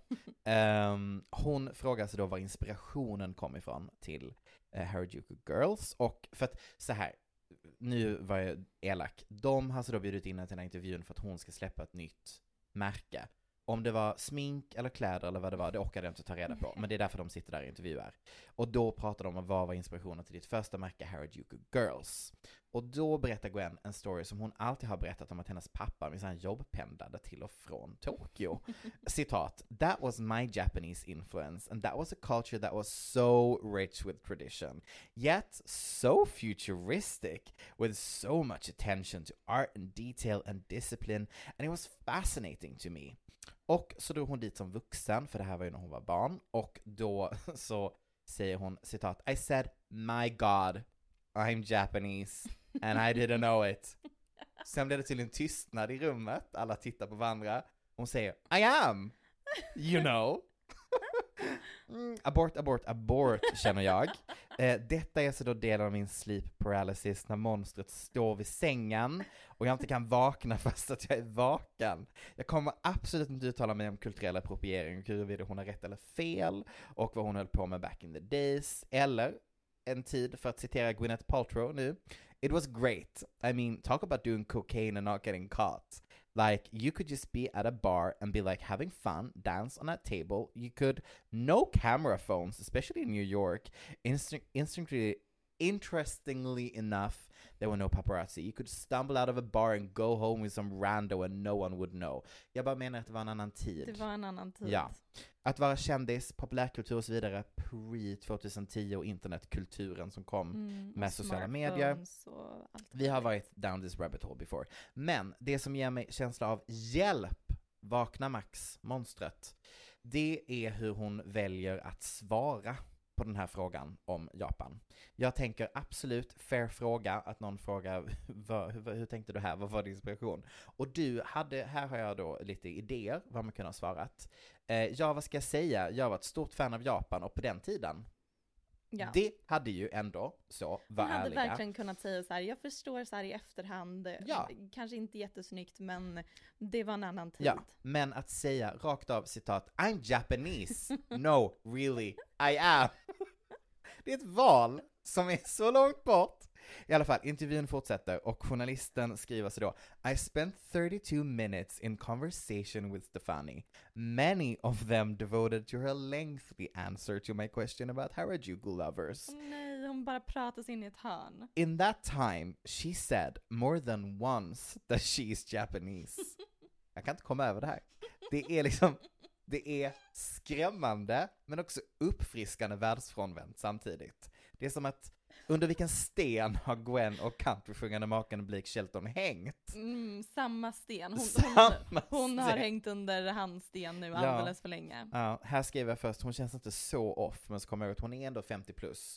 Hon frågar sig då var inspirationen kom ifrån till Harajuku Girls. Och för att så här, nu var jag elak. De har så då bjudit in henne till den här intervjun för att hon ska släppa ett nytt märke. Om det var smink eller kläder eller vad det var, det orkade jag inte ta reda på. Men det är därför de sitter där och intervjuar. Och då pratar de om vad var inspirationen till ditt första märke Harajuku Girls. Och då berättar Gwen en story som hon alltid har berättat om att hennes pappa med sin jobbpendlade till och från Tokyo. Citat: "That was my Japanese influence and that was a culture that was so rich with tradition, yet so futuristic with so much attention to art and detail and discipline, and it was fascinating to me." Och så drog hon dit som vuxen, för det här var ju när hon var barn, och då så säger hon, citat: "I said, my God, I'm Japanese and I didn't know it." Sen blev det till en tystnad i rummet, alla tittar på varandra. Hon säger, "I am, you know." Abort, känner jag. Detta är så då delen av min sleep paralysis när monstret står vid sängen och jag inte kan vakna fast att jag är vaken. Jag kommer absolut inte uttala mig om kulturell appropriering, huruvida hon har rätt eller fel och vad hon höll på med back in the days, eller en tid, för att citera Gwyneth Paltrow nu: "It was great. I mean, talk about doing cocaine and not getting caught. Like, you could just be at a bar and be like having fun, dance on a table. You could, no camera phones, especially in New York. Interestingly enough, there were no paparazzi. You could stumble out of a bar and go home with some rando and no one would know." Jag bara menar att det var en annan tid. Det var en annan tid. Ja. Att vara kändis, populärkultur och så vidare pre-2010 och internetkulturen som kom med sociala medier. Vi har varit down this rabbit hole before. Men det som ger mig känsla av hjälp, vakna Max, monstret, det är hur hon väljer att svara på den här frågan om Japan. Jag tänker absolut fair fråga, att någon frågar hur tänkte du här, vad var din inspiration? Och här har jag då lite idéer vad man kunde ha svarat. Vad ska jag säga? Jag var ett stort fan av Japan och på den tiden. Ja. Det hade ju ändå så, var ärliga. hade verkligen kunnat säga så här, jag förstår så här i efterhand, kanske inte jättesnyggt, men det var en annan tid. Ja, men att säga rakt av, citat, "I'm Japanese." No, really, I am. Det är ett val som är så långt bort. I alla fall, intervjun fortsätter och journalisten skriver så då: "I spent 32 minutes in conversation with Stefani. Many of them devoted to her lengthy answer to my question about Harajuku lovers." Nej, hon bara pratar sig in i ett hörn. "In that time, she said more than once that she is Japanese." Jag kan inte komma över det här. Det är skrämmande, men också uppfriskande världsfrånvänt samtidigt. Det är som att under vilken sten har Gwen och countrysjungande maken Blake Shelton hängt? Samma sten. Hon har hängt under hans sten nu alldeles för länge. Ja, här skriver jag först, hon känns inte så off, men så kommer jag ihåg att hon är ändå 50 plus.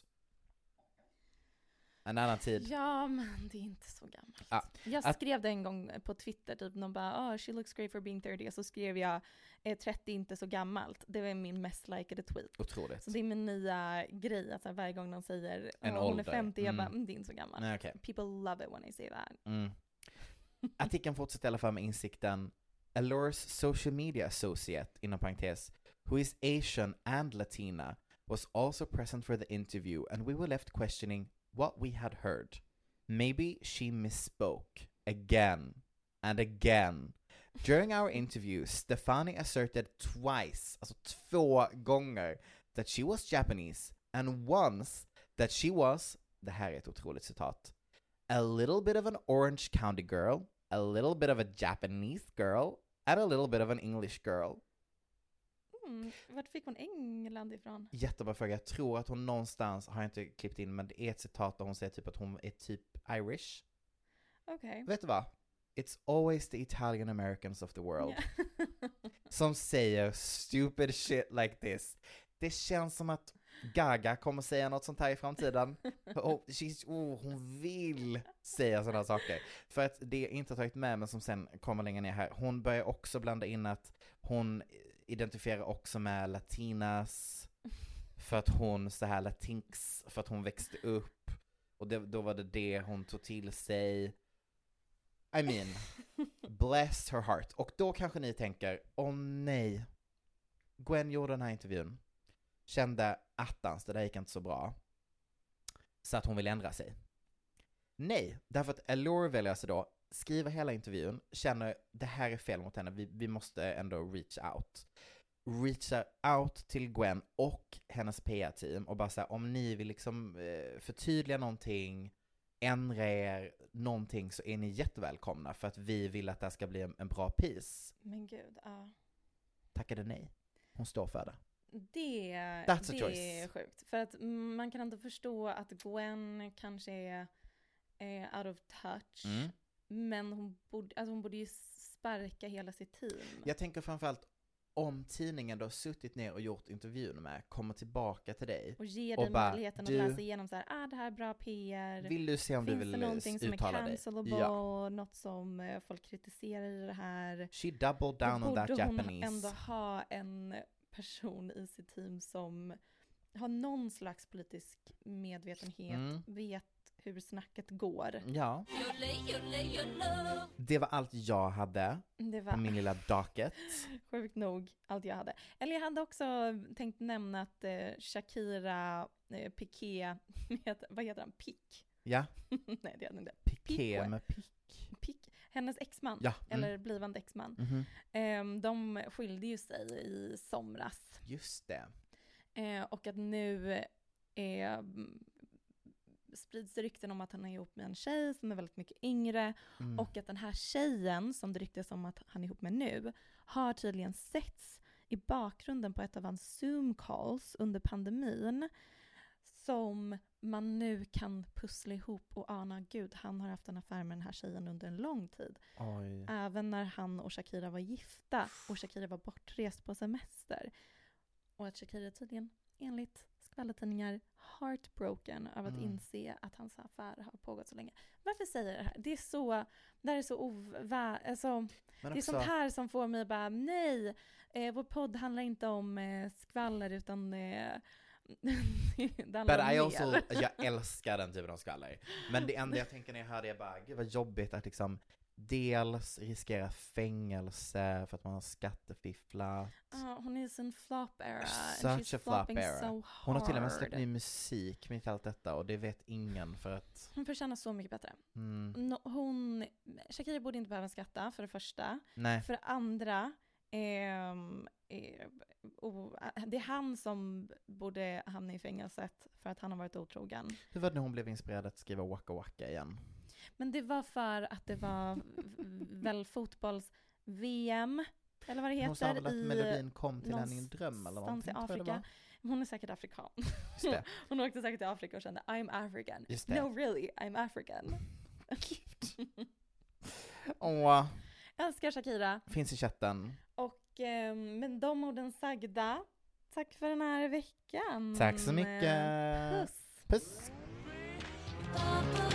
En annan tid. Ja, men det är inte så gammalt. Jag skrev det en gång på Twitter, typ någon bara, "She looks great for being 30", och så skrev jag, "Är 30 inte så gammalt?" Det var min mest likade tweet. Otroligt. Så det är min nya grej, att varje gång någon säger hon är 50, jag bara, det är inte så gammalt. Nej, okay. People love it when I say that. Artikeln fortsätter i alla fall med insikten: "Allures social media associate, inom parentes, who is Asian and Latina, was also present for the interview, and we were left questioning what we had heard. Maybe she misspoke again and again. During our interview, Stefani asserted twice, alltså 2 gånger, that she was Japanese, and once that she was," det här är ett otroligt citat, "a little bit of an Orange County girl, a little bit of a Japanese girl, and a little bit of an English girl." Vart fick hon England ifrån? Jättebra fråga. Jag tror att hon någonstans, har jag inte klippt in, men det är ett citat där hon säger typ att hon är typ Irish. Okej. Vet du vad? It's always the Italian Americans of the world som säger stupid shit like this. Det känns som att Gaga kommer säga något sånt här i framtiden. Hon vill säga sådana saker. För att det inte har tagit med, men som sen kommer längre ner här. Hon börjar också blanda in att hon identifierar också med latinas, för att hon så här latinx, för att hon växte upp och då var det hon tog till sig. I mean, bless her heart. Och då kanske ni tänker, nej, Gwen gjorde den här intervjun, kände attans, det där gick inte så bra, så att hon vill ändra sig. Nej, därför att Allure väljer alltså då skriver hela intervjun, känner det här är fel mot henne, vi måste ändå reacha out till Gwen och hennes PR-team och bara säga, om ni vill liksom förtydliga någonting, ändra er någonting, så är ni jättevälkomna, för att vi vill att det ska bli en bra piece. Men gud, ja. Tackade nej. Hon står för det. Det är sjukt. För att man kan inte förstå att Gwen kanske är out of touch. Men hon borde ju sparka hela sitt team. Jag tänker framförallt, om tidningen då suttit ner och gjort intervjun med, kommer tillbaka till dig och ger dig möjligheten att läsa igenom så här, det här är bra PR. Vill du se om finns du vill det någonting som är cancelable, ja. Något som folk kritiserar i det här. She doubled down on that Japanese. Borde hon ändå ha en person i sitt team som har någon slags politisk medvetenhet, vet hur snacket går. Ja. Det var allt jag hade på min lilla docket. Sjukt nog allt jag hade. Eller jag hade också tänkt nämna att Shakira Piqué, vad heter han? Pick? Ja. Nej, det hade inte. Piqué med Pick. Hennes exman, ja. Eller blivande exman. De skilde ju sig i somras. Just det. Och att nu sprids det rykten om att han är ihop med en tjej som är väldigt mycket yngre. Och att den här tjejen som det ryktas om att han är ihop med nu har tydligen setts i bakgrunden på ett av hans Zoom-calls under pandemin, som man nu kan pussla ihop och ana, gud, han har haft en affär med den här tjejen under en lång tid. Oj. Även när han och Shakira var gifta och Shakira var bortrest på semester. Och att Shakira tydligen, enligt skvallertidningar, heartbroken av att inse att hans affär har pågått så länge. Varför säger jag det här? Det är så, det är så alltså, det är sånt här som får mig bara, nej, vår podd handlar inte om skvaller, utan jag älskar den typen av skvaller. Men det enda jag tänker när jag hör det är bara, gud vad jobbigt att liksom dels riskera fängelse för att man har skattefifflat. Hon är i sin flop era. Such a flop era. So hon har till och med släppt ny musik med allt detta, och det vet ingen, för att hon förtjänar så mycket bättre. Shakira borde inte behöva skatta, för det första. Nej. För det andra, det är han som borde hamna i fängelset för att han har varit otrogen. Hur var det när hon blev inspirerad att skriva Waka Waka igen? Men det var för att det var väl fotbolls-VM, eller vad det heter. Hon sa väl att melodin kom till henne i en dröm eller någonting, i Afrika. Hon är säkert afrikan. Just det. Hon åkte säkert till Afrika och kände, I'm African. Just det. No, really, I'm African. Åh. Älskar Shakira. Finns i chatten. Och med de orden sagda, tack för den här veckan. Tack så mycket. Puss.